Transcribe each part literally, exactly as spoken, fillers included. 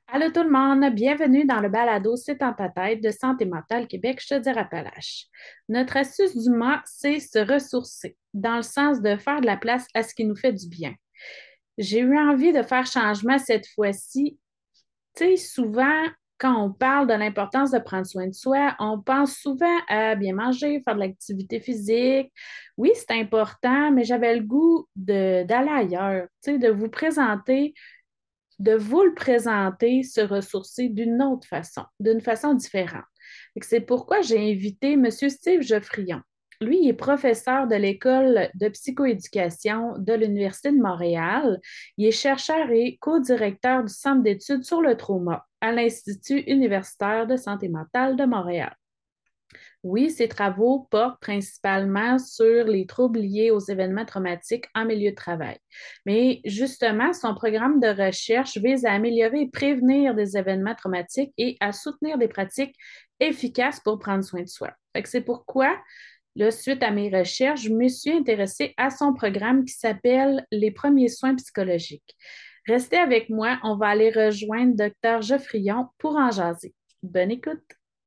Allô tout le monde, bienvenue dans le balado C'est dans ta tête de Santé mentale Québec, je te dis Appalaches. Notre astuce du mois, c'est se ressourcer, dans le sens de faire de la place à ce qui nous fait du bien. J'ai eu envie de faire changement cette fois-ci. Tu sais, souvent, quand on parle de l'importance de prendre soin de soi, on pense souvent à bien manger, faire de l'activité physique. Oui, c'est important, mais j'avais le goût de, d'aller ailleurs, tu sais, de vous présenter de vous le présenter, se ressourcer d'une autre façon, d'une façon différente. C'est pourquoi j'ai invité M. Steve Geoffrion. Lui, il est professeur de l'École de psychoéducation de l'Université de Montréal. Il est chercheur et co-directeur du Centre d'études sur le trauma à l'Institut universitaire de santé mentale de Montréal. Oui, ses travaux portent principalement sur les troubles liés aux événements traumatiques en milieu de travail. Mais justement, son programme de recherche vise à améliorer et prévenir des événements traumatiques et à soutenir des pratiques efficaces pour prendre soin de soi. Fait que c'est pourquoi, là, suite à mes recherches, je me suis intéressée à son programme qui s'appelle Les premiers soins psychologiques. Restez avec moi, on va aller rejoindre Dr Geoffrion pour en jaser. Bonne écoute!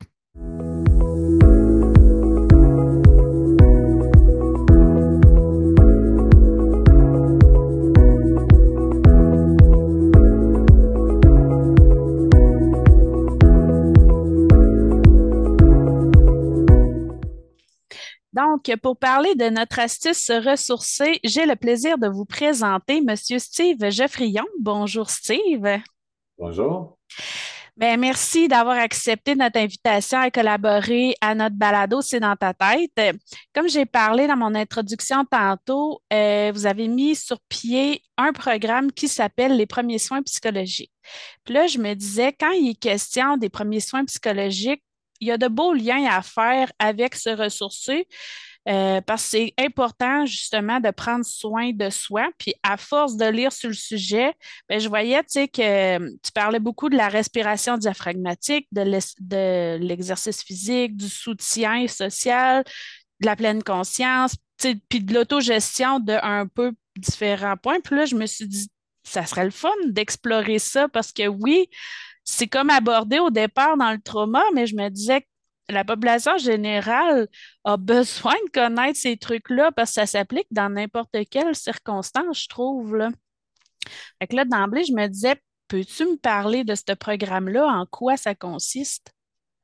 Donc, pour parler de notre astuce se ressourcer, j'ai le plaisir de vous présenter Monsieur Steve Geoffrion. Bonjour Steve. Bonjour. Ben, merci d'avoir accepté notre invitation à collaborer à notre balado C'est dans ta tête. Comme j'ai parlé dans mon introduction tantôt, euh, vous avez mis sur pied un programme qui s'appelle les premiers soins psychologiques. Puis là, je me disais, quand il est question des premiers soins psychologiques, il y a de beaux liens à faire avec se ressourcer. Euh, parce que c'est important justement de prendre soin de soi. Puis à force de lire sur le sujet, ben, je voyais, tu sais, que euh, tu parlais beaucoup de la respiration diaphragmatique, de l'es- de l'exercice physique, du soutien social, de la pleine conscience, tu sais, puis de l'autogestion de un peu différents points. Puis là, je me suis dit, ça serait le fun d'explorer ça parce que oui, c'est comme abordé au départ dans le trauma, mais je me disais que la population générale a besoin de connaître ces trucs-là parce que ça s'applique dans n'importe quelle circonstance, je trouve, là. Fait que là, d'emblée, je me disais, peux-tu me parler de ce programme-là, en quoi ça consiste?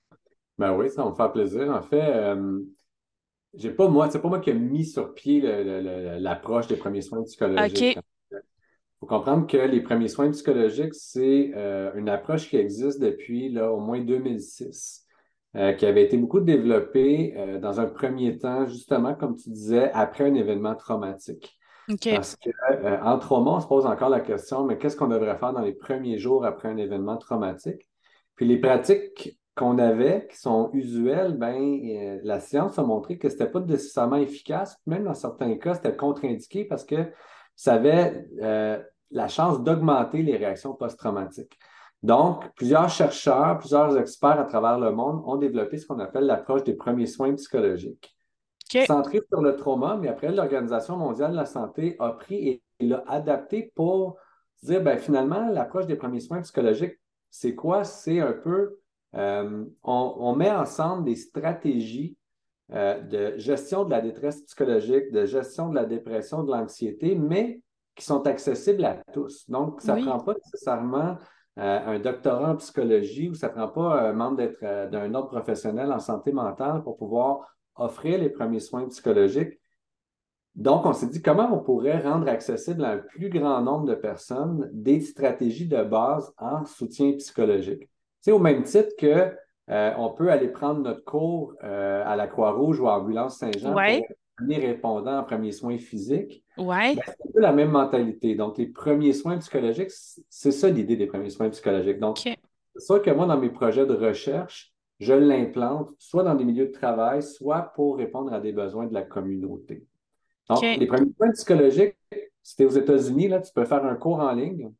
Ben oui, ça va me faire plaisir. En fait, euh, j'ai pas moi, c'est pas moi qui ai mis sur pied le- le- le- l'approche des premiers soins psychologiques. OK, Il faut comprendre que les premiers soins psychologiques, c'est euh, une approche qui existe depuis là, au moins deux mille six, euh, qui avait été beaucoup développée euh, dans un premier temps, justement, comme tu disais, après un événement traumatique. OK, Parce que, euh, en trauma, on se pose encore la question, mais qu'est-ce qu'on devrait faire dans les premiers jours après un événement traumatique? Puis les pratiques qu'on avait, qui sont usuelles, ben, euh, la science a montré que c'était pas nécessairement efficace. Même dans certains cas, c'était contre-indiqué parce que ça avait euh, la chance d'augmenter les réactions post-traumatiques. Donc, plusieurs chercheurs, plusieurs experts à travers le monde ont développé ce qu'on appelle l'approche des premiers soins psychologiques OK, centré sur le trauma, mais après, l'Organisation mondiale de la santé a pris et l'a adapté pour dire, ben, finalement, l'approche des premiers soins psychologiques, c'est quoi? C'est un peu, euh, on, on, met ensemble des stratégies euh, de gestion de la détresse psychologique, de gestion de la dépression, de l'anxiété, mais qui sont accessibles à tous. Donc, ça ne oui, prend pas nécessairement euh, un doctorat en psychologie ou ça ne prend pas un membre d'être euh, d'un ordre professionnel en santé mentale pour pouvoir offrir les premiers soins psychologiques. Donc, on s'est dit comment on pourrait rendre accessible à un plus grand nombre de personnes des stratégies de base en soutien psychologique. Tu sais, au même titre que euh, on peut aller prendre notre cours euh, à la Croix-Rouge ou à Ambulance Saint-Jean pour ouais, être premier répondant en premiers soins physiques. ouais, Ben, c'est un peu la même mentalité. Donc, les premiers soins psychologiques, c'est ça l'idée des premiers soins psychologiques. Donc, OK, c'est sûr que moi, dans mes projets de recherche, je l'implante soit dans des milieux de travail, soit pour répondre à des besoins de la communauté. Donc, OK, les premiers soins psychologiques, si tu es aux États-Unis, là, tu peux faire un cours en ligne.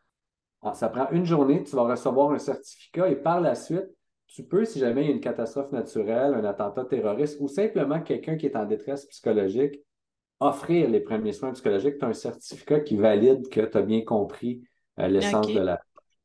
Ah, ça prend une journée, tu vas recevoir un certificat et par la suite, tu peux, si jamais il y a une catastrophe naturelle, un attentat terroriste ou simplement quelqu'un qui est en détresse psychologique, offrir les premiers soins psychologiques. Tu as un certificat qui valide que tu as bien compris euh, l'essence de OK, la.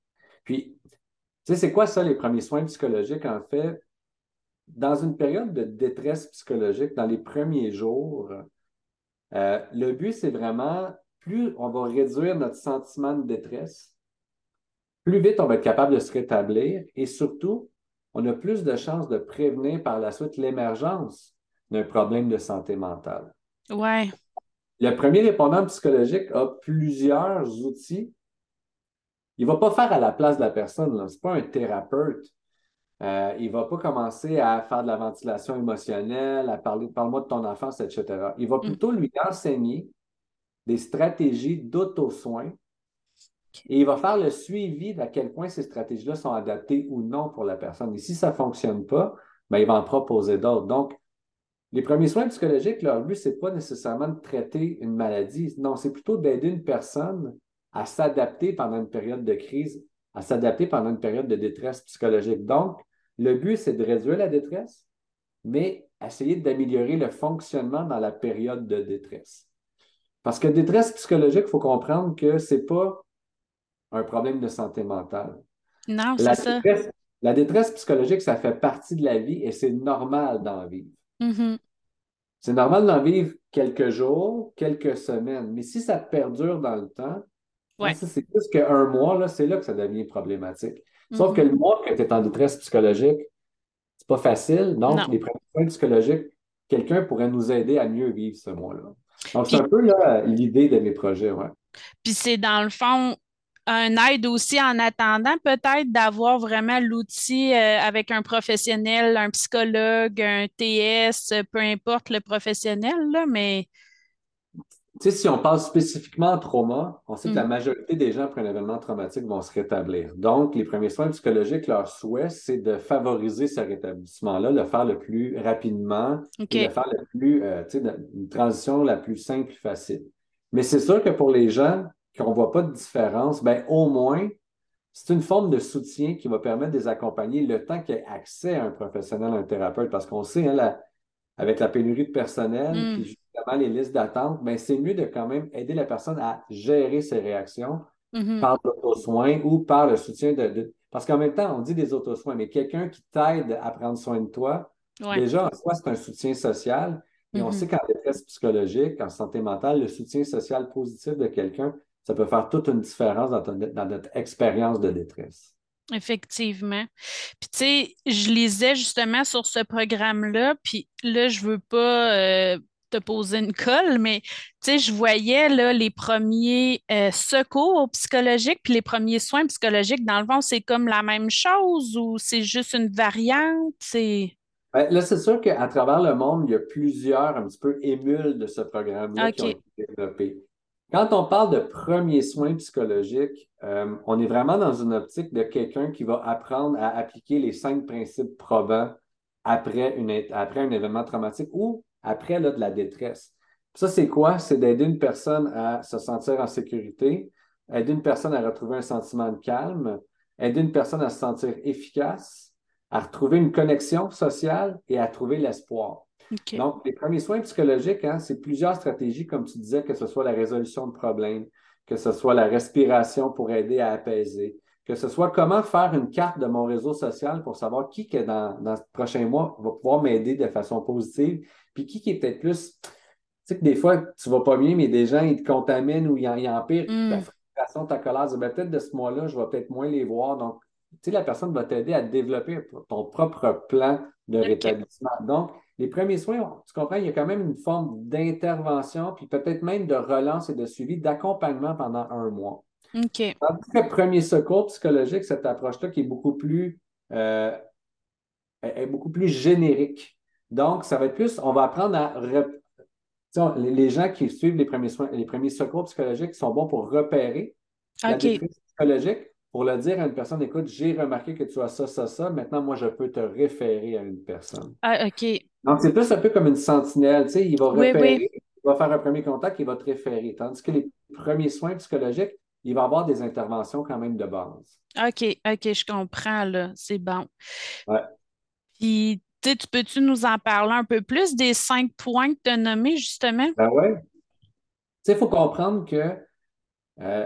Puis, tu sais, c'est quoi ça, les premiers soins psychologiques? En fait, dans une période de détresse psychologique, dans les premiers jours, euh, le but, c'est vraiment, plus on va réduire notre sentiment de détresse, plus vite on va être capable de se rétablir et surtout, on a plus de chances de prévenir par la suite l'émergence d'un problème de santé mentale. Ouais. Le premier répondant psychologique a plusieurs outils. Il ne va pas faire à la place de la personne. Ce n'est pas un thérapeute. Euh, il ne va pas commencer à faire de la ventilation émotionnelle, à parler, parle-moi de ton enfance, et cetera. Il va Mm. plutôt lui enseigner des stratégies d'auto-soin OK. et il va faire le suivi d'à quel point ces stratégies-là sont adaptées ou non pour la personne. Et si ça ne fonctionne pas, ben, il va en proposer d'autres. Donc, les premiers soins psychologiques, leur but, ce n'est pas nécessairement de traiter une maladie. Non, c'est plutôt d'aider une personne à s'adapter pendant une période de crise, à s'adapter pendant une période de détresse psychologique. Donc, le but, c'est de réduire la détresse, mais essayer d'améliorer le fonctionnement dans la période de détresse. Parce que détresse psychologique, il faut comprendre que ce n'est pas un problème de santé mentale. Non, c'est La ça. détresse, la détresse psychologique, ça fait partie de la vie et c'est normal d'en vivre. Mhm. C'est normal d'en vivre quelques jours, quelques semaines, mais si ça perdure dans le temps, hein, Ouais. ça c'est plus qu'un mois, là, c'est là que ça devient problématique. Sauf que Mhm. le mois que tu es en détresse psychologique, c'est pas facile. Donc, Non. les premiers soins psychologiques, quelqu'un pourrait nous aider à mieux vivre ce mois-là. Donc, c'est Puis, un peu là, l'idée de mes projets, ouais. puis c'est dans le fond un aide aussi en attendant peut-être d'avoir vraiment l'outil euh, avec un professionnel, un psychologue, un T S, euh, peu importe le professionnel, là, mais Tu sais, si on parle spécifiquement en trauma, on sait que la mm, majorité des gens après un événement traumatique vont se rétablir. Donc, les premiers soins psychologiques, leur souhait, c'est de favoriser ce rétablissement-là, le faire le plus rapidement et le OK. faire le plus, euh, tu sais, de- une transition la plus simple et facile. Mais c'est sûr que pour les gens qu'on ne voit pas de différence, ben, au moins, c'est une forme de soutien qui va permettre de les accompagner le temps qu'ils aient accès à un professionnel, à un thérapeute, parce qu'on sait, hein, la, avec la pénurie de personnel, puis Mm, justement les listes d'attente, ben, c'est mieux de quand même aider la personne à gérer ses réactions mhm. par l'auto-soin ou par le soutien de, de- Parce qu'en même temps, on dit des auto-soins, mais quelqu'un qui t'aide à prendre soin de toi, Ouais. déjà, en soi, c'est un soutien social. Et on Mhm. sait qu'en détresse psychologique, en santé mentale, le soutien social positif de quelqu'un, ça peut faire toute une différence dans, ton- dans notre expérience de détresse. Effectivement. Puis tu sais, je lisais justement sur ce programme-là, puis là, je veux pas euh, te poser une colle, mais tu sais, je voyais là les premiers euh, secours psychologiques, puis les premiers soins psychologiques. Dans le fond, c'est comme la même chose ou c'est juste une variante? C'est Ben, là, c'est sûr qu'à travers le monde, il y a plusieurs un petit peu émules de ce programme-là qui ont OK. été développés. Quand on parle de premiers soins psychologiques, euh, on est vraiment dans une optique de quelqu'un qui va apprendre à appliquer les cinq principes probants après, une, après un événement traumatique ou après là, de la détresse. Ça, c'est quoi? C'est d'aider une personne à se sentir en sécurité, aider une personne à retrouver un sentiment de calme, aider une personne à se sentir efficace, à retrouver une connexion sociale et à trouver l'espoir. OK. Donc, les premiers soins psychologiques, hein, c'est plusieurs stratégies, comme tu disais, que ce soit la résolution de problèmes, que ce soit la respiration pour aider à apaiser, que ce soit comment faire une carte de mon réseau social pour savoir qui que dans, dans ce prochain mois va pouvoir m'aider de façon positive, puis qui qui est peut-être plus. Tu sais que des fois, tu vas pas bien, mais des gens, ils te contaminent ou ils, en- ils empirent ta Hmm. frustration, ta colère. Dis, ben, peut-être de ce mois-là, je vais peut-être moins les voir. Donc, tu sais, la personne va t'aider à développer ton propre plan de OK. rétablissement. Donc, les premiers soins, tu comprends, il y a quand même une forme d'intervention, puis peut-être même de relance et de suivi, d'accompagnement pendant un mois. OK. Tandis que le premier secours psychologique, cette approche-là qui est beaucoup plus, euh, est beaucoup plus générique. Donc, ça va être plus, on va apprendre à rep- tu sais, les les gens qui suivent les premiers soins, les premiers secours psychologiques sont bons pour repérer la OK. détresse psychologique, pour le dire à une personne, écoute, j'ai remarqué que tu as ça, ça, ça, maintenant, moi, je peux te référer à une personne. Ah, OK. Donc, c'est plus un peu comme une sentinelle, tu sais, il va Oui, oui. repérer, il va faire un premier contact, il va te référer. Tandis que les premiers soins psychologiques, il va avoir des interventions quand même de base. OK. OK, je comprends, là. C'est bon. Ouais. Puis, tu sais, tu peux-tu nous en parler un peu plus des cinq points que tu as nommés, justement? Ben ouais. Tu sais, il faut comprendre que euh,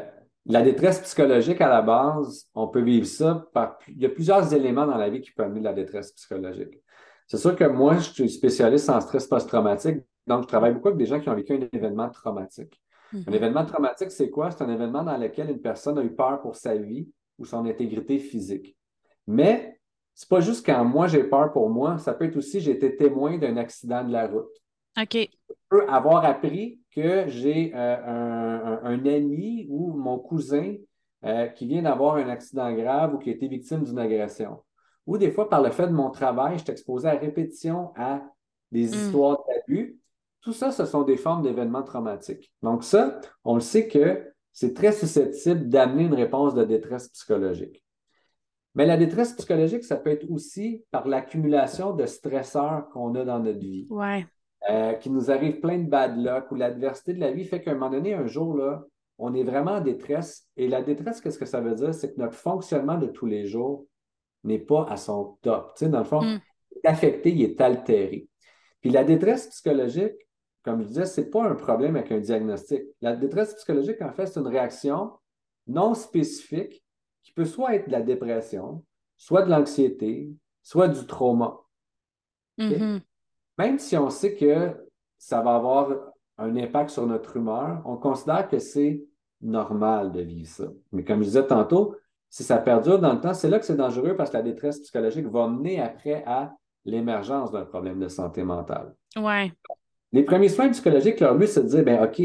La détresse psychologique, à la base, on peut vivre ça par... Il y a plusieurs éléments dans la vie qui peuvent amener de la détresse psychologique. C'est sûr que moi, je suis spécialiste en stress post-traumatique, donc je travaille beaucoup avec des gens qui ont vécu un événement traumatique. Un Mhm. événement traumatique, c'est quoi? C'est un événement dans lequel une personne a eu peur pour sa vie ou son intégrité physique. Mais c'est pas juste quand moi j'ai peur pour moi, ça peut être aussi j'ai été témoin d'un accident de la route. OK. Peux avoir appris que j'ai euh, un, un- un ami ou mon cousin euh, qui vient d'avoir un accident grave ou qui a été victime d'une agression. Ou des fois, par le fait de mon travail, je suis exposé à répétition à des Mm. histoires d'abus. Tout ça, ce sont des formes d'événements traumatiques. Donc ça, on le sait que c'est très susceptible d'amener une réponse de détresse psychologique. Mais la détresse psychologique, ça peut être aussi par l'accumulation de stresseurs qu'on a dans notre vie Ouais. euh, qu'il nous arrive plein de bad luck ou l'adversité de la vie fait qu'à un moment donné, un jour, là, on est vraiment en détresse. Et la détresse, qu'est-ce que ça veut dire? C'est que notre fonctionnement de tous les jours n'est pas à son top. Tu sais, dans le fond, Mm. il est affecté, il est altéré. Puis la détresse psychologique, comme je disais, ce n'est pas un problème avec un diagnostic. La détresse psychologique, en fait, c'est une réaction non spécifique qui peut soit être de la dépression, soit de l'anxiété, soit du trauma. OK? Mhm. Même si on sait que ça va avoir un impact sur notre humeur, on considère que c'est normal de vivre ça. Mais comme je disais tantôt, si ça perdure dans le temps, c'est là que c'est dangereux parce que la détresse psychologique va mener après à l'émergence d'un problème de santé mentale. Ouais. Les premiers soins psychologiques, leur but, c'est de dire, ben OK,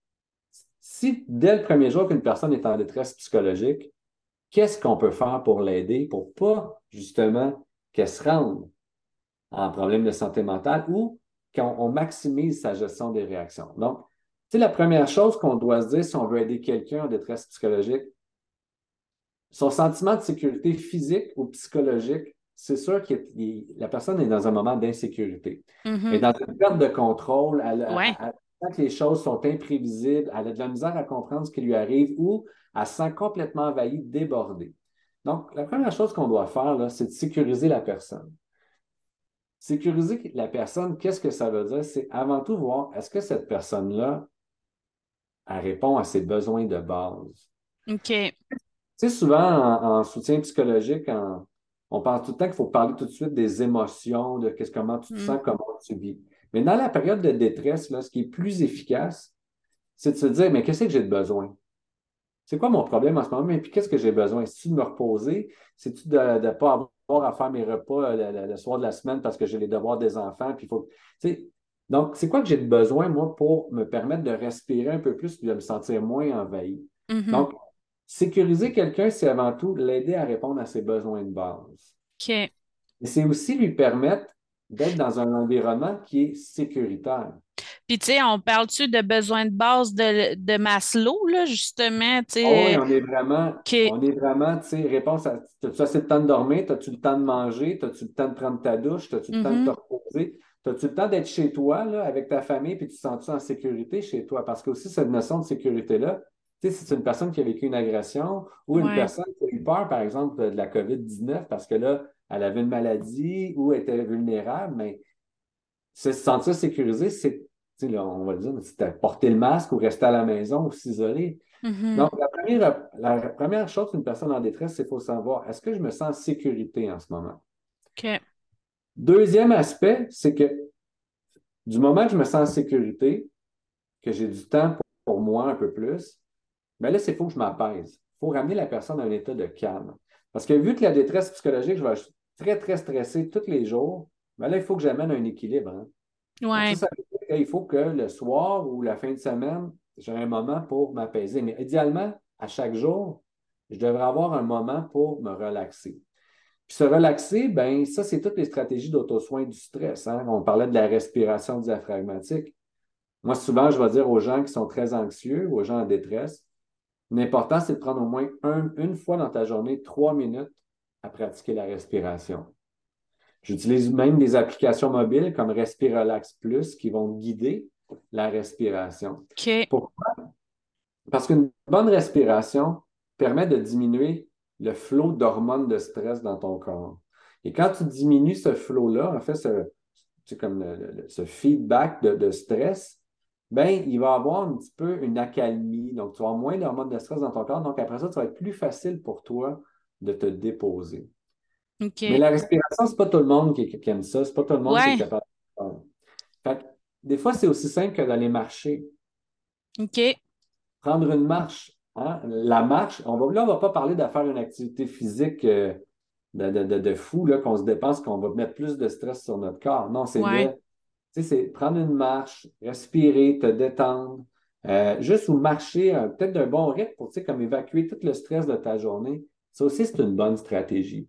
si dès le premier jour qu'une personne est en détresse psychologique, qu'est-ce qu'on peut faire pour l'aider pour pas, justement, qu'elle se rende en problème de santé mentale ou qu'on on maximise sa gestion des réactions. Donc, tu sais, la première chose qu'on doit se dire si on veut aider quelqu'un en détresse psychologique, son sentiment de sécurité physique ou psychologique, c'est sûr que la personne est dans un moment d'insécurité. Elle est Mhm. dans une perte de contrôle, elle, elle, Ouais. elle, elle sent que les choses sont imprévisibles, elle a de la misère à comprendre ce qui lui arrive ou elle se sent complètement envahie, débordée. Donc, la première chose qu'on doit faire, là, c'est de sécuriser la personne. Sécuriser la personne, qu'est-ce que ça veut dire? C'est avant tout voir, est-ce que cette personne-là, elle répond à ses besoins de base? OK. Tu sais, souvent, en, en soutien psychologique, en- on pense tout le temps qu'il faut parler tout de suite des émotions, de qu'est-ce, comment tu te Mm. sens, comment tu vis. Mais dans la période de détresse, là, ce qui est plus efficace, c'est de se dire, mais qu'est-ce que j'ai de besoin? C'est quoi mon problème en ce moment? Et puis, qu'est-ce que j'ai besoin? C'est-tu de me reposer? C'est-tu de ne pas avoir à faire mes repas euh, le, le- le soir de la semaine parce que j'ai les devoirs des enfants? Puis il faut... tu sais, donc, c'est quoi que j'ai de besoin, moi, pour me permettre de respirer un peu plus et de me sentir moins envahi? Mhm. Donc, sécuriser quelqu'un, c'est avant tout l'aider à répondre à ses besoins de base. OK. Et c'est aussi lui permettre d'être dans un environnement qui est sécuritaire. Puis, tu sais, on parle-tu de besoins de base de, de Maslow, là, justement, tu Oh oui, sais, euh, on est vraiment, que... on est vraiment, tu sais, réponse à, as-tu assez de temps de dormir? As-tu le temps de manger? As-tu le temps de prendre ta douche? As-tu le temps de te Mhm. reposer? As-tu le temps d'être chez toi, là, avec ta famille, puis tu te sens-tu en sécurité chez toi? Parce que aussi, cette notion de sécurité-là, tu sais, si c'est une personne qui a vécu une agression ou une Ouais. personne qui a eu peur, par exemple, de la COVID dix-neuf, parce que là, elle avait une maladie ou était vulnérable, mais se sentir sécurisé, c'est, tu sais, là, on va le dire, c'est porter le masque ou rester à la maison ou s'isoler. Mhm. Donc, la première, la première chose qu'une personne en détresse, c'est qu'il faut savoir, est-ce que je me sens en sécurité en ce moment? OK. Deuxième aspect, c'est que du moment que je me sens en sécurité, que j'ai du temps pour, pour moi un peu plus, bien là, c'est faut que je m'apaise. Il faut ramener la personne à un état de calme. Parce que vu que la détresse psychologique, je vais être très, très stressé tous les jours, bien là, il faut que j'amène un équilibre, hein. Donc, ça, Ouais. ça veut dire qu'il faut que le soir ou la fin de semaine, j'ai un moment pour m'apaiser. Mais idéalement, à chaque jour, je devrais avoir un moment pour me relaxer. Puis se relaxer, ben ça, c'est toutes les stratégies d'auto-soin du stress, hein. On parlait de la respiration diaphragmatique. Moi, souvent, je vais dire aux gens qui sont très anxieux, aux gens en détresse, l'important, c'est de prendre au moins un- une fois dans ta journée, trois minutes à pratiquer la respiration. J'utilise même des applications mobiles comme Respirelax Plus qui vont guider la respiration. OK. Pourquoi? Parce qu'une bonne respiration permet de diminuer le flot d'hormones de stress dans ton corps. Et quand tu diminues ce flot-là, en fait, ce, c'est comme le- le- ce feedback de, de stress, ben, il va avoir un petit peu une accalmie. Donc, tu vas avoir moins d'hormones de stress dans ton corps. Donc, après ça, ça va être plus facile pour toi de te déposer. Mais OK. la respiration, c'est pas tout le monde qui, qui aime ça. C'est pas tout le monde qui est Ouais. capable de faire. Fait que, des fois, c'est aussi simple que d'aller marcher. OK. Prendre une marche. Hein? La marche, on va, là, on ne va pas parler de faire une activité physique euh, de, de, de, de fou, là, qu'on se dépense, qu'on va mettre plus de stress sur notre corps. Non, c'est de, Ouais. tu sais, c'est prendre une marche, respirer, te détendre, euh, juste ou marcher, euh, peut-être d'un bon rythme pour, tu sais, comme évacuer tout le stress de ta journée. Ça aussi, c'est une bonne stratégie.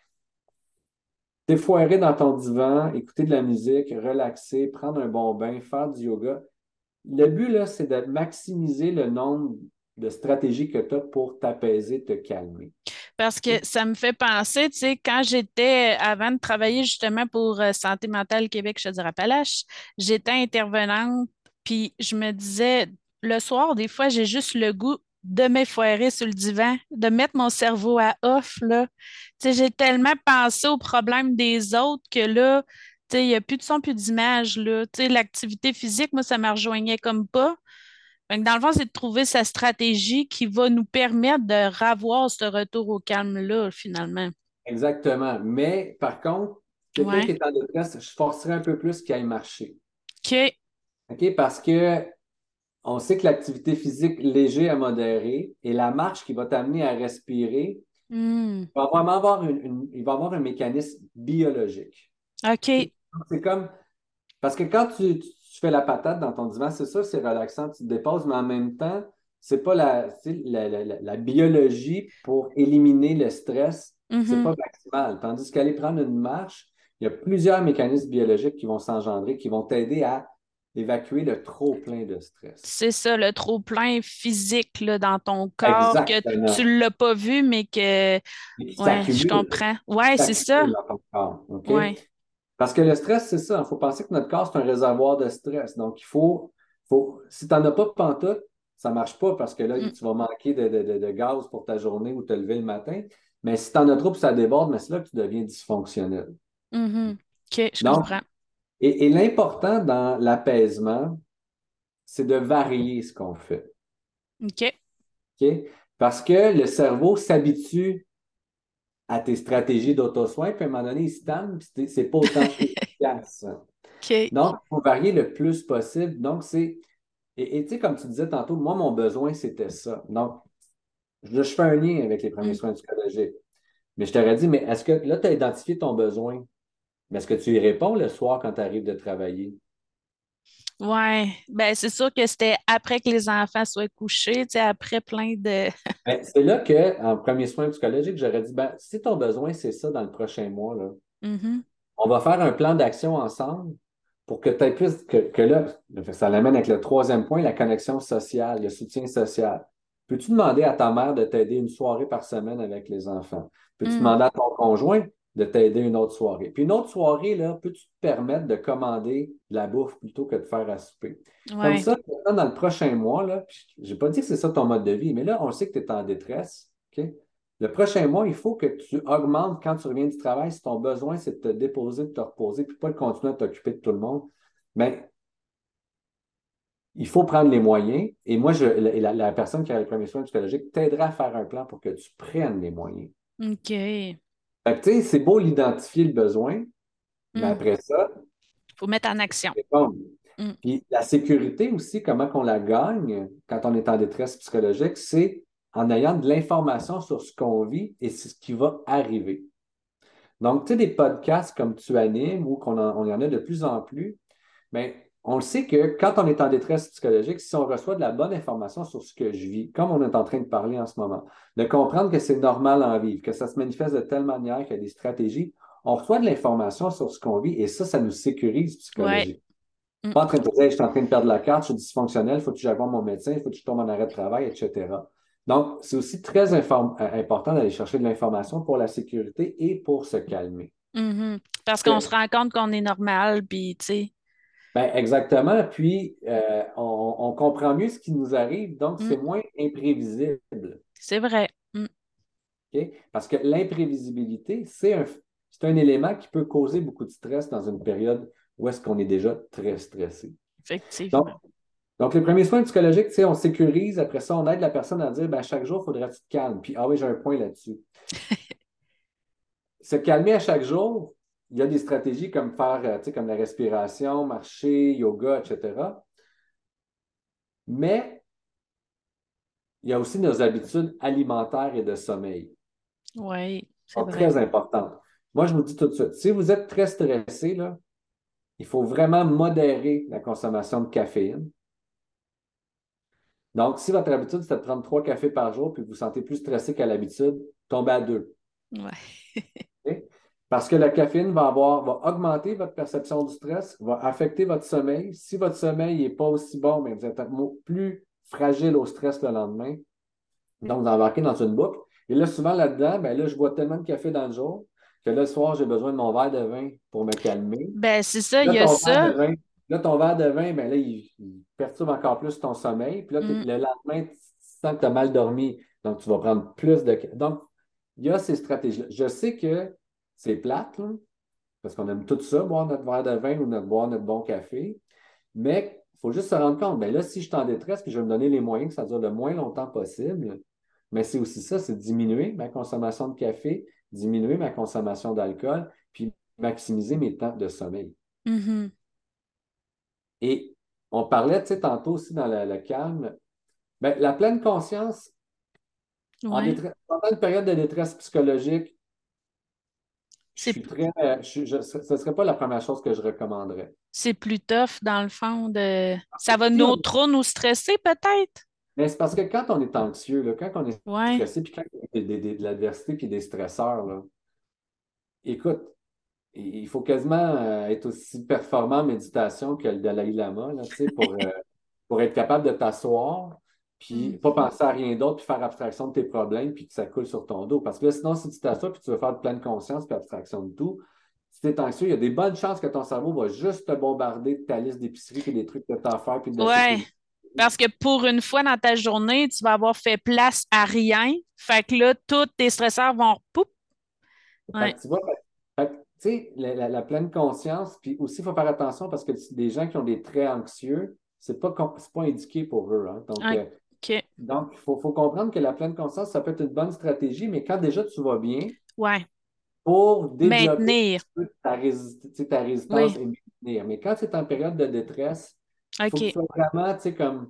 T'effoirer dans ton divan, écouter de la musique, relaxer, prendre un bon bain, faire du yoga. Le but, là, c'est de maximiser le nombre de stratégies que tu as pour t'apaiser, te calmer. Parce que ça me fait penser, tu sais, quand j'étais, avant de travailler justement pour euh, Santé mentale Québec Chaudière-Appalaches, j'étais intervenante, puis je me disais, le soir, des fois, j'ai juste le goût de m'effoirer sur le divan, de mettre mon cerveau à off, là. Tu sais, j'ai tellement pensé aux problèmes des autres que là, tu sais, il n'y a plus de son, plus d'image, là. Tu sais, l'activité physique, moi, ça me rejoignait comme pas. Fait que dans le fond, c'est de trouver sa stratégie qui va nous permettre de revoir ce retour au calme-là, finalement. Exactement. Mais par contre, quelqu'un Ouais. qui est en détresse, je forcerais un peu plus qu'il aille marcher. OK. OK? Parce que on sait que l'activité physique légère à modérée et la marche qui va t'amener à respirer Hmm. va vraiment avoir une, une- il va avoir un mécanisme biologique. OK? OK. C'est comme, parce que quand tu, tu- tu fais la patate dans ton divan, c'est sûr, c'est relaxant, tu te déposes, mais en même temps, c'est pas la, tu sais, la, la- la- la biologie pour éliminer le stress, c'est Mhm. pas maximal. Tandis qu'aller prendre une marche, il y a plusieurs mécanismes biologiques qui vont s'engendrer, qui vont t'aider à évacuer le trop-plein de stress. C'est ça, le trop-plein physique là, dans ton corps que tu Exactement. ne l'as pas vu, mais que, Et qui ouais, je s'accumule, comprends. qui Ouais, c'est ça. s'accumule dans ton corps. OK? Ouais. Parce que le stress, c'est ça. Il faut penser que notre corps, c'est un réservoir de stress. Donc, il faut, faut si tu n'en as pas pantoute, ça ne marche pas parce que là, Mm. tu vas manquer de, de- de- de gaz pour ta journée ou te lever le matin. Mais si tu en as trop et ça déborde, mais c'est là que tu deviens dysfonctionnel. Mhm. OK, je Donc, comprends. et, et l'important dans l'apaisement, c'est de varier ce qu'on fait. OK. OK? Parce que le cerveau s'habitue à tes stratégies d'auto-soin, puis à un moment donné, il se tanne, puis c'est c'est pas autant efficace. OK. Donc, il faut varier le plus possible. Donc, c'est. Et et tu sais, comme tu disais tantôt, moi, mon besoin, c'était ça. Donc, je, je fais un lien avec les premiers Mm. soins psychologiques. Mais je t'aurais dit, mais est-ce que là, tu as identifié ton besoin? Mais est-ce que tu y réponds le soir quand tu arrives de travailler? Ouais. Ben, c'est sûr que c'était après que les enfants soient couchés, tu sais, après plein de. Ben, c'est là que, en premier soin psychologique, j'aurais dit, ben, si ton besoin, c'est ça dans le prochain mois, là, Mhm. on va faire un plan d'action ensemble pour que tu aies plus que, que là, ça l'amène avec le troisième point, la connexion sociale, le soutien social. Peux-tu demander à ta mère de t'aider une soirée par semaine avec les enfants? Peux-tu Mm. demander à ton conjoint de t'aider une autre soirée? Puis une autre soirée, là, peux-tu te permettre de commander de la bouffe plutôt que de faire à souper? Comme Ouais. ça, dans le prochain mois, là, je n'ai pas dit que c'est ça ton mode de vie, mais là, on sait que tu es en détresse. OK? Le prochain mois, il faut que tu augmentes quand tu reviens du travail. Si ton besoin, c'est de te déposer, de te reposer, puis pas de continuer à t'occuper de tout le monde, mais il faut prendre les moyens. Et moi, je, la, la personne qui a les premiers soins psychologiques t'aidera à faire un plan pour que tu prennes les moyens. OK. Fait que, tu sais, c'est beau l'identifier le besoin, mais Mm. après ça, Faut mettre en action. c'est bon. Mm. Puis la sécurité aussi, comment qu'on la gagne quand on est en détresse psychologique, c'est en ayant de l'information sur ce qu'on vit et ce qui va arriver. Donc, tu sais, des podcasts comme tu animes ou qu'on en, on y en a de plus en plus, bien, on le sait que quand on est en détresse psychologique, si on reçoit de la bonne information sur ce que je vis, comme on est en train de parler en ce moment, de comprendre que c'est normal en vivre, que ça se manifeste de telle manière qu'il y a des stratégies, on reçoit de l'information sur ce qu'on vit et ça, ça nous sécurise Ouais. psychologiquement. Mm. Pas en train de te dire, je suis en train de perdre la carte, je suis dysfonctionnel, il faut que j'aille voir mon médecin, il faut que je tombe en arrêt de travail, et cetera. Donc, c'est aussi très inform- euh, important d'aller chercher de l'information pour la sécurité et pour se calmer. Mhm. Parce qu'on se Que- rend compte qu'on est normal, puis tu sais. Ben, exactement. Puis, euh, on, on comprend mieux ce qui nous arrive, donc Mm. c'est moins imprévisible. C'est vrai. Mm. OK? Parce que l'imprévisibilité, c'est un, c'est un élément qui peut causer beaucoup de stress dans une période où est-ce qu'on est déjà très stressé. Donc, Effectivement. Donc, les premiers soins psychologiques, tu sais, on sécurise. Après ça, on aide la personne à dire, ben, chaque jour, il faudrait que tu te calmes. Puis, ah oui, j'ai un point là-dessus. Se calmer à chaque jour, il y a des stratégies comme faire, euh, tu sais, comme la respiration, marcher, yoga, et cetera. Mais il y a aussi nos habitudes alimentaires et de sommeil, Oui, qui c'est sont vrai. très importantes. Moi, je vous dis tout de suite, si vous êtes très stressé, là, il faut vraiment modérer la consommation de caféine. Donc, si votre habitude, c'est de prendre trois cafés par jour, puis que vous vous sentez plus stressé qu'à l'habitude, tombez à deux. Ouais. OK? Parce que la caféine va avoir, va augmenter votre perception du stress, va affecter votre sommeil. Si votre sommeil n'est pas aussi bon, mais vous êtes plus fragile au stress le lendemain. Donc, vous embarquez dans une boucle. Et là, souvent là-dedans, ben là, je bois tellement de café dans le jour que là, le soir, j'ai besoin de mon verre de vin pour me calmer. Ben, c'est ça, il Là, y a ton verre de ça. vin, là, ton verre de vin, ben là, il, il perturbe encore plus ton sommeil. Puis là, t'es- Mm. le lendemain, tu sens que tu as mal dormi. Donc, tu vas prendre plus de. Donc, il y a ces stratégies-là. Je sais que c'est plate, là, parce qu'on aime tout ça, boire notre verre de vin ou notre, boire notre bon café. Mais il faut juste se rendre compte, ben là, si je suis en détresse, puis je vais me donner les moyens que ça dure le moins longtemps possible, mais c'est aussi ça, c'est diminuer ma consommation de café, diminuer ma consommation d'alcool, puis maximiser mes temps de sommeil. Mhm. Et on parlait, tu sais, tantôt aussi dans le, le calme, ben, la pleine conscience, en Ouais. détresse, pendant une période de détresse psychologique, je C'est, suis très, je suis- je- ce ne serait pas la première chose que je recommanderais. c'est plus tough dans le fond de. Ça va Si nous on trop nous stresser, peut-être? Mais c'est parce que quand on est anxieux, là, quand on est Ouais. stressé, puis quand il y a des- des- de l'adversité puis des stresseurs, là, écoute, il il faut quasiment euh, être aussi performant en méditation que le Dalai Lama, là, tu sais, pour, euh, pour être capable de t'asseoir, puis Mm. pas penser à rien d'autre, puis faire abstraction de tes problèmes, puis que ça coule sur ton dos. Parce que là, sinon, si tu t'assois, puis tu veux faire de pleine conscience, puis abstraction de tout, si tu es anxieux, il y a des bonnes chances que ton cerveau va juste te bombarder de ta liste d'épicerie, puis des trucs que tu as à faire, puis de la Ouais. sécurité. Parce que pour une fois dans ta journée, tu vas avoir fait place à rien. Fait que là, tous tes stresseurs vont. Poup. Fait Ouais. que tu vois, fait- fait que, tu sais, la, la- la pleine conscience, puis aussi, il faut faire attention parce que des gens qui ont des traits anxieux, c'est pas, com- c'est pas indiqué pour eux, hein. Donc, euh, OK. donc, il faut, faut comprendre que la pleine conscience, ça peut être une bonne stratégie, mais quand déjà tu vas bien, Ouais. pour développer un Maintenir. petit peu ta, rési- tu sais, ta résistance Oui. et maintenir. Mais quand tu es en période de détresse, il faut que tu OK. sois vraiment, tu sais, comme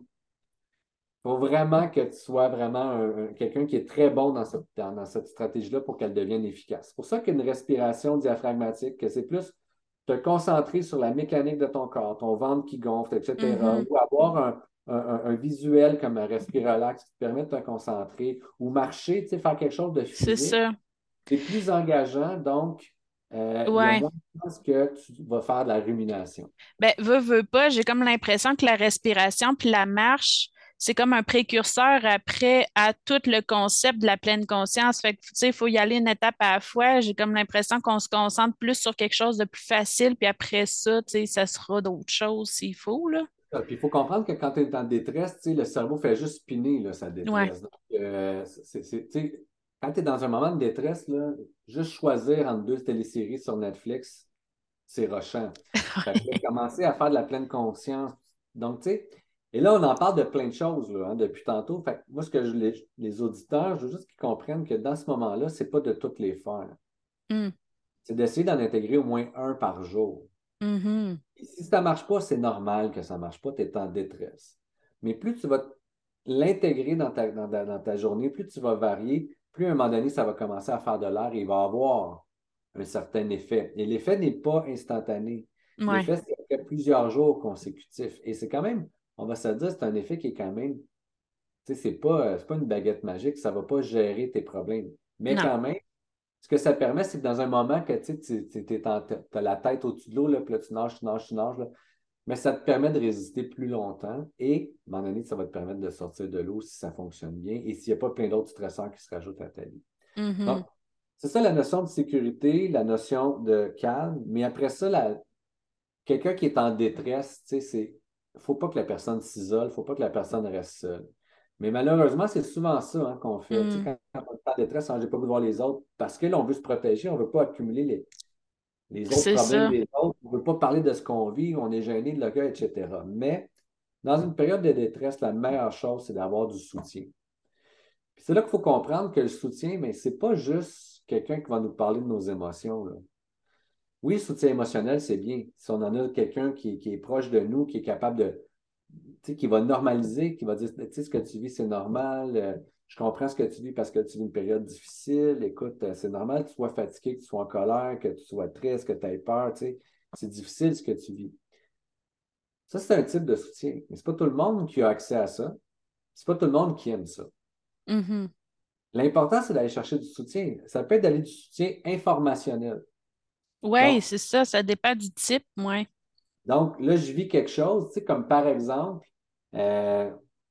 il faut vraiment que tu sois vraiment un- un- quelqu'un qui est très bon dans cette, dans, dans cette stratégie-là pour qu'elle devienne efficace. C'est pour ça qu'une respiration diaphragmatique, que c'est plus te concentrer sur la mécanique de ton corps, ton ventre qui gonfle, et cetera. Mhm. Ou avoir un, un- un visuel comme un respiralax qui te permet de te concentrer, ou marcher, tu sais, faire quelque chose de C'est physique. ça. C'est plus engageant, donc euh, il y a Ouais. moins de chances que tu vas faire de la rumination. Ben, veux, veux pas, j'ai comme l'impression que la respiration puis la marche, c'est comme un précurseur après à tout le concept de la pleine conscience. Fait que, tu sais, il faut y aller une étape à la fois. J'ai comme l'impression qu'on se concentre plus sur quelque chose de plus facile, puis après ça, tu sais, ça sera d'autres choses s'il faut, là. Ah, puis il faut comprendre que quand tu es en détresse, tu sais, le cerveau fait juste spinner là, sa Ouais. détresse. Donc, euh, c'est, c'est- tu sais, quand tu es dans un moment de détresse, là, juste choisir entre deux téléséries sur Netflix, c'est rushant. Fait que là, commencer à faire de la pleine conscience. Donc, tu sais, et là, on en parle de plein de choses là, hein, depuis tantôt. Fait que moi, ce que je, les, les auditeurs, je veux juste qu'ils comprennent que dans ce moment-là, c'est pas de toutes les faire. Hum. C'est d'essayer d'en intégrer au moins un par jour. Mhm. Et si ça ne marche pas, c'est normal que ça ne marche pas, tu es en détresse. Mais plus tu vas l'intégrer dans ta, dans, ta, dans ta journée, plus tu vas varier, plus à un moment donné, ça va commencer à faire de l'air et il va avoir un certain effet. Et l'effet n'est pas instantané. Ouais. L'effet, c'est après plusieurs jours consécutifs. Et c'est quand même, on va se dire, c'est un effet qui est quand même, tu sais, c'est pas, euh, c'est pas une baguette magique, ça ne va pas gérer tes problèmes. Mais Non. quand même, ce que ça permet, c'est que dans un moment que tu as la tête au-dessus de l'eau, là, puis là, tu nages, tu nages, tu nages, là, mais ça te permet de résister plus longtemps et, à un moment donné, ça va te permettre de sortir de l'eau si ça fonctionne bien et s'il n'y a pas plein d'autres stresseurs qui se rajoutent à ta vie. Donc, Mhm. c'est ça la notion de sécurité, la notion de calme, mais après ça, la- quelqu'un qui est en détresse, tu sais, c'est, il ne faut pas que la personne s'isole, il ne faut pas que la personne reste seule. Mais malheureusement, c'est souvent ça hein, qu'on fait. Tu sais, Hum. quand on est en détresse, on j'ai pas voulu voir les autres parce que là, on veut se protéger, on ne veut pas accumuler les, les autres C'est problèmes ça. des autres, on ne veut pas parler de ce qu'on vit, on est gêné de le gars, et cetera. Mais dans une période de détresse, la meilleure chose, c'est d'avoir du soutien. Puis c'est là qu'il faut comprendre que le soutien, mais ce n'est pas juste quelqu'un qui va nous parler de nos émotions, là. Oui, le soutien émotionnel, c'est bien. Si on en a quelqu'un qui, qui est proche de nous, qui est capable de, tu sais, qui va normaliser, qui va dire, tu sais, ce que tu vis, c'est normal. euh, je comprends ce que tu vis parce que tu vis une période difficile. Écoute, euh, c'est normal que tu sois fatigué, que tu sois en colère, que tu sois triste, que tu aies peur. Tu sais. C'est difficile ce que tu vis. Ça, c'est un type de soutien. Mais c'est pas tout le monde qui a accès à ça. C'est pas tout le monde qui aime ça. Mhm. L'important, c'est d'aller chercher du soutien. Ça peut être d'aller du soutien informationnel. Oui, Donc, c'est ça, ça dépend du type, ouais. donc là, je vis quelque chose, tu sais, comme par exemple, euh,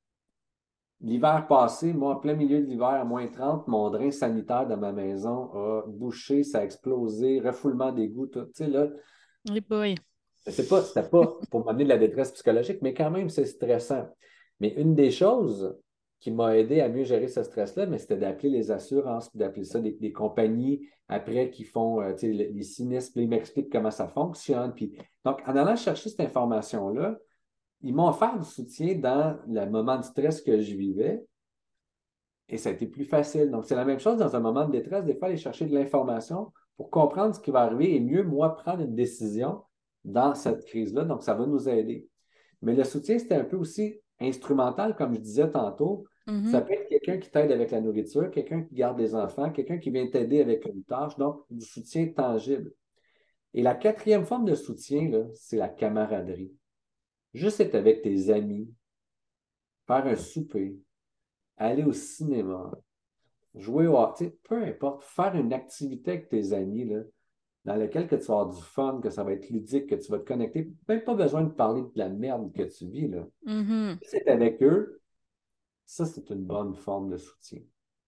l'hiver passé, moi, en plein milieu de l'hiver, à moins trente, mon drain sanitaire de ma maison a bouché, ça a explosé, refoulement d'égout, tout. Tu sais, là, Oui, boy. c'est pas, c'était pas pour m'amener de la détresse psychologique, mais quand même, c'est stressant. Mais une des choses qui m'a aidé à mieux gérer ce stress-là, mais c'était d'appeler les assurances, puis d'appeler ça des, des compagnies après qui font euh, tu sais, les, les sinistres, puis ils m'expliquent comment ça fonctionne. Puis, donc, en allant chercher cette information-là, ils m'ont offert du soutien dans le moment de stress que je vivais. Et ça a été plus facile. Donc, c'est la même chose dans un moment de détresse, des fois, aller chercher de l'information pour comprendre ce qui va arriver et mieux, moi, prendre une décision dans cette crise-là. Donc, ça va nous aider. Mais le soutien, c'était un peu aussi instrumental, comme je disais tantôt. Ça Mhm. peut être quelqu'un qui t'aide avec la nourriture, quelqu'un qui garde des enfants, quelqu'un qui vient t'aider avec une tâche, donc du soutien tangible. Et la quatrième forme de soutien, là, c'est la camaraderie. Juste être avec tes amis, faire un souper, aller au cinéma, jouer au hockey, peu importe, faire une activité avec tes amis là, dans laquelle que tu vas avoir du fun, que ça va être ludique, que tu vas te connecter. Même pas besoin de parler de la merde que tu vis. Là. Mhm. Si c'est avec eux, ça, c'est une bonne forme de soutien.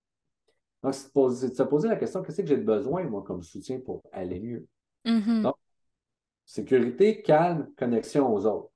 Donc, c'est de se poser la question, qu'est-ce que j'ai besoin, moi, comme soutien pour aller mieux? Mhm. Donc, sécurité, calme, connexion aux autres.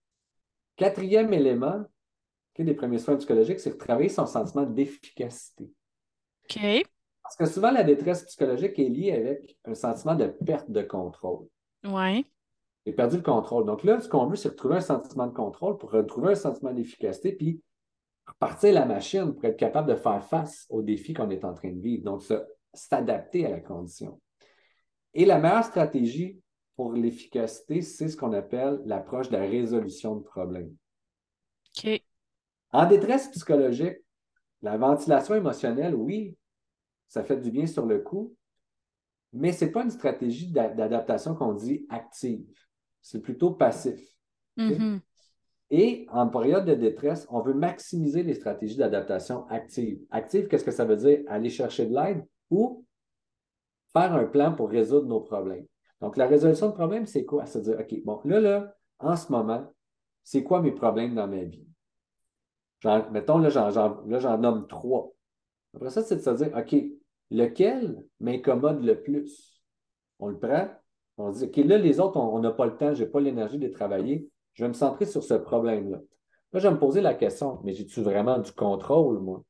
Quatrième élément, okay, des premiers soins psychologiques, c'est de travailler son sentiment d'efficacité. OK. Parce que souvent, la détresse psychologique est liée avec un sentiment de perte de contrôle. Ouais. J'ai perdu le contrôle. Donc là, ce qu'on veut, c'est retrouver un sentiment de contrôle pour retrouver un sentiment d'efficacité, puis repartir la machine pour être capable de faire face aux défis qu'on est en train de vivre. Donc, s'adapter à la condition. Et la meilleure stratégie pour l'efficacité, c'est ce qu'on appelle l'approche de la résolution de problèmes. OK. En détresse psychologique, la ventilation émotionnelle, oui, ça fait du bien sur le coup, mais ce n'est pas une stratégie d'adaptation qu'on dit active. C'est plutôt passif. Okay? Mhm. Et en période de détresse, on veut maximiser les stratégies d'adaptation active. Active, qu'est-ce que ça veut dire? Aller chercher de l'aide ou faire un plan pour résoudre nos problèmes. Donc, la résolution de problème, c'est quoi? C'est-à-dire, OK, bon, là, là, en ce moment, c'est quoi mes problèmes dans ma vie? Genre, mettons, là, j'en, j'en- là, j'en nomme trois. Après ça, c'est de se dire, OK, lequel m'incommode le plus? On le prend, on dit, OK, là, les autres, on n'a pas le temps, je n'ai pas l'énergie de les travailler, je vais me centrer sur ce problème-là. Là, je vais me poser la question, mais j'ai-tu vraiment du contrôle, moi,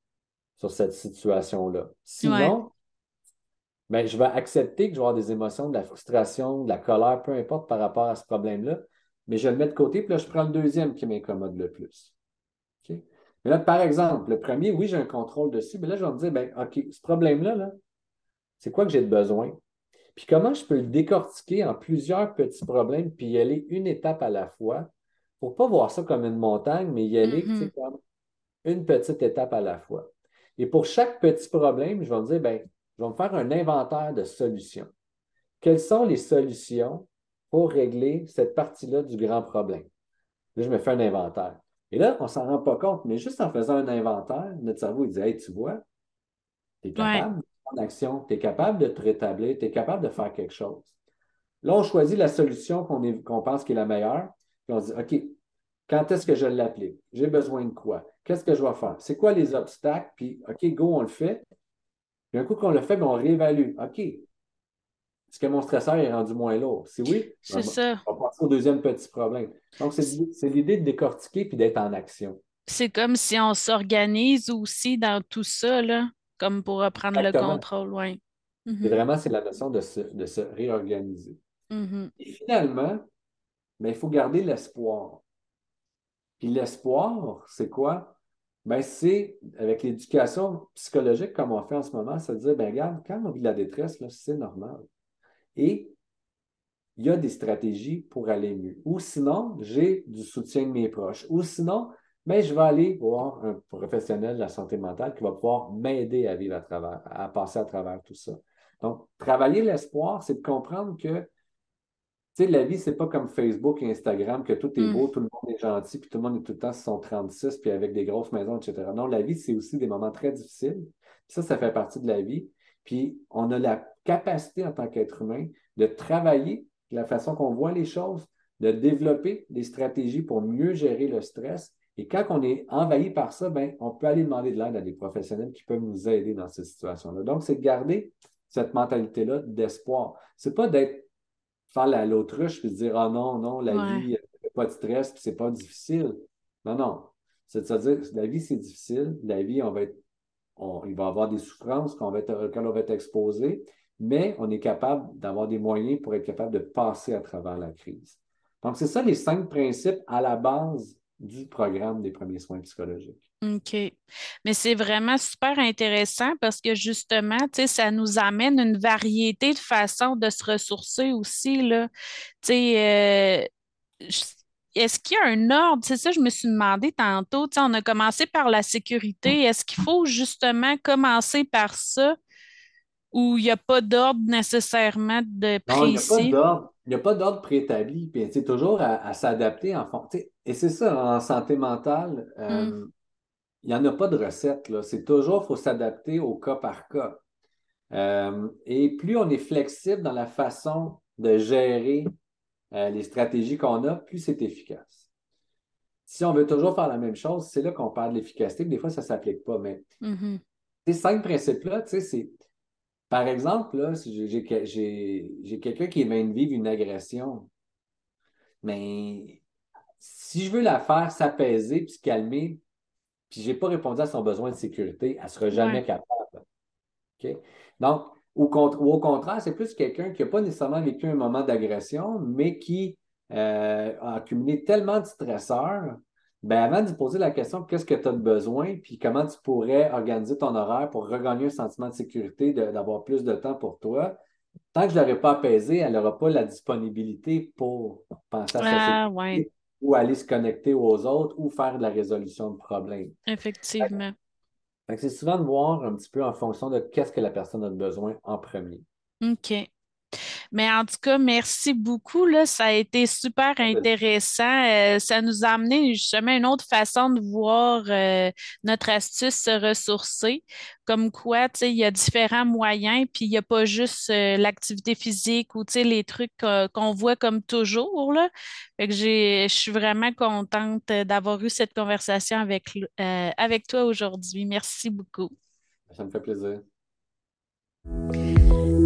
sur cette situation-là? Ouais. Sinon, ben, je vais accepter que je vais avoir des émotions, de la frustration, de la colère, peu importe par rapport à ce problème-là, mais je le mets de côté, puis là, je prends le deuxième qui m'incommode le plus. OK? Mais là, par exemple, le premier, oui, j'ai un contrôle dessus, mais là, je vais me dire, ben, OK, ce problème-là, là, c'est quoi que j'ai de besoin? Puis comment je peux le décortiquer en plusieurs petits problèmes, puis y aller une étape à la fois, pour ne pas voir ça comme une montagne, mais y aller, tu sais, Mhm. comme une petite étape à la fois. Et pour chaque petit problème, je vais me dire, ben, je vais me faire un inventaire de solutions. Quelles sont les solutions pour régler cette partie-là du grand problème? Là, je me fais un inventaire. Et là, on ne s'en rend pas compte, mais juste en faisant un inventaire, notre cerveau, il dit, hey, tu vois, tu es Ouais. capable de prendre action, tu es capable de te rétablir, tu es capable de faire quelque chose. Là, on choisit la solution qu'on est- qu'on pense qui est la meilleure, puis on dit, OK, quand est-ce que je l'applique? J'ai besoin de quoi? Qu'est-ce que je vais faire? C'est quoi les obstacles? Puis, OK, go, on le fait. Puis un coup qu'on le fait, ben, on réévalue. OK, est-ce que mon stresseur est rendu moins lourd? Si oui, C'est ben, ça. on va passer au deuxième petit problème. Donc, c'est l'idée c'est l'idée de décortiquer puis d'être en action. C'est comme si on s'organise aussi dans tout ça, là, comme pour reprendre le Exactement. contrôle, ouais. Et Mhm. vraiment, c'est la notion de se, de se réorganiser. Mhm. Et finalement, ben, il faut garder l'espoir. Puis l'espoir, c'est quoi? Ben, c'est avec l'éducation psychologique comme on fait en ce moment, c'est de dire, ben, regarde, quand on vit de la détresse, là, c'est normal. Et il y a des stratégies pour aller mieux. Ou sinon, j'ai du soutien de mes proches. Ou sinon, ben, je vais aller voir un professionnel de la santé mentale qui va pouvoir m'aider à vivre à travers, à passer à travers tout ça. Donc, travailler l'espoir, c'est de comprendre que tu sais, la vie, c'est pas comme Facebook et Instagram, que tout est Mm. beau, tout le monde est gentil, puis tout le monde est tout le temps sur son trente-six, puis avec des grosses maisons, et cetera. Non, la vie, c'est aussi des moments très difficiles. Puis ça, ça fait partie de la vie. Puis on a la capacité en tant qu'être humain de travailler de la façon qu'on voit les choses, de développer des stratégies pour mieux gérer le stress. Et quand on est envahi par ça, ben, on peut aller demander de l'aide à des professionnels qui peuvent nous aider dans ces situations-là. Donc, c'est de garder cette mentalité-là d'espoir. C'est pas d'être faire la- l'autruche puis se dire, ah non, non, la Ouais. vie, euh, pas de stress, puis c'est pas difficile. Non, non. C'est de se dire, la vie, c'est difficile. La vie, on va être, on- il va y avoir des souffrances qu'on va être, auxquelles on va être exposé, mais on est capable d'avoir des moyens pour être capable de passer à travers la crise. Donc, c'est ça les cinq principes à la base du programme des premiers soins psychologiques. OK. Mais c'est vraiment super intéressant parce que justement, tu sais, ça nous amène une variété de façons de se ressourcer aussi, là. Tu sais, euh, je- est-ce qu'il y a un ordre? C'est ça, je me suis demandé tantôt. Tu sais, on a commencé par la sécurité. Est-ce qu'il faut justement commencer par ça ou il n'y a pas d'ordre nécessairement de Non, il n'y a pas précis? d'ordre. Il n'y a pas d'ordre préétabli. Puis, tu sais, toujours à, à s'adapter en fond. Tu sais, et c'est ça, en santé mentale, Hmm. euh, il n'y en a pas de recette, là. C'est toujours, il faut s'adapter au cas par cas. Euh, et plus on est flexible dans la façon de gérer euh, les stratégies qu'on a, plus c'est efficace. Si on veut toujours faire la même chose, c'est là qu'on perd de l'efficacité. Des fois, ça ne s'applique pas. Mais Mhm. ces cinq principes-là, tu sais, c'est, par exemple, là, si j'ai j'ai- j'ai- j'ai quelqu'un qui vient de vivre une agression, mais si je veux la faire s'apaiser puis se calmer, puis je n'ai pas répondu à son besoin de sécurité, elle ne sera Ouais. jamais capable. OK? Donc, au, cont- ou au contraire, c'est plus quelqu'un qui n'a pas nécessairement vécu un moment d'agression, mais qui euh, a accumulé tellement de stresseurs. Ben, avant de lui poser la question, qu'est-ce que tu as de besoin, puis comment tu pourrais organiser ton horaire pour regagner un sentiment de sécurité, de- d'avoir plus de temps pour toi, tant que je ne l'aurai pas apaisé, elle n'aura pas la disponibilité pour penser à sa Ah, ouais, sécurité ou aller se connecter aux autres ou faire de la résolution de problèmes. effectivement. Fait que c'est souvent de voir un petit peu en fonction de qu'est-ce que la personne a besoin en premier. OK. Mais en tout cas, merci beaucoup, là. Ça a été super Ça fait- intéressant. Euh, ça nous a amené justement une autre façon de voir euh, notre astuce se ressourcer. Comme quoi, tu sais, il y a différents moyens, puis il n'y a pas juste euh, l'activité physique ou, tu sais, les trucs euh, qu'on voit comme toujours, là. Fait que j'ai, je suis vraiment contente d'avoir eu cette conversation avec, euh, avec toi aujourd'hui. Merci beaucoup. Ça me fait plaisir.